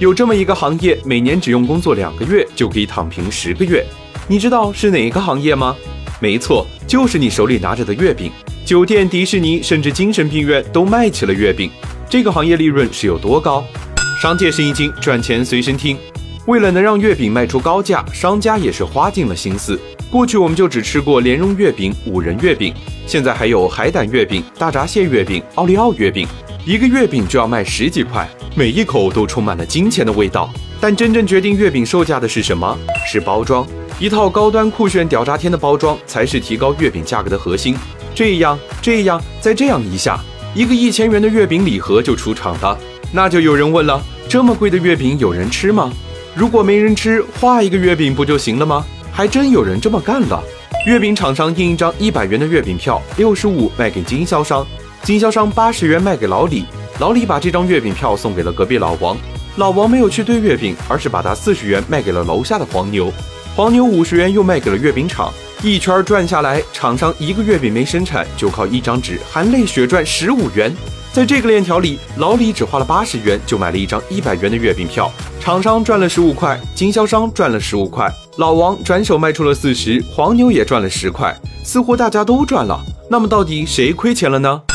有这么一个行业，每年只用工作2个月就可以躺平10个月，你知道是哪个行业吗？没错，就是你手里拿着的月饼。酒店、迪士尼甚至精神病院都卖起了月饼，这个行业利润是有多高？商界生意经，赚钱随身听。为了能让月饼卖出高价，商家也是花尽了心思。过去我们就只吃过莲蓉月饼、五仁月饼，现在还有海胆月饼、大闸蟹月饼、奥利奥月饼，一个月饼就要卖10几块，每一口都充满了金钱的味道。但真正决定月饼售价的是什么？是包装。一套高端酷炫屌炸天的包装才是提高月饼价格的核心。这样，再这样一下，一个1000元的月饼礼盒就出场了。那就有人问了，这么贵的月饼有人吃吗？如果没人吃，画一个月饼不就行了吗？还真有人这么干了。月饼厂商印一张100元的月饼票，65卖给经销商，经销商80元卖给老李，老李把这张月饼票送给了隔壁老王，老王没有去兑月饼，而是把它40元卖给了楼下的黄牛，黄牛50元又卖给了月饼厂，一圈转下来，厂商一个月饼没生产，就靠一张纸含泪血赚15元。在这个链条里，老李只花了80元就买了一张100元的月饼票，厂商赚了15块，经销商赚了15块，老王转手卖出了40，黄牛也赚了10块，似乎大家都赚了。那么到底谁亏钱了呢？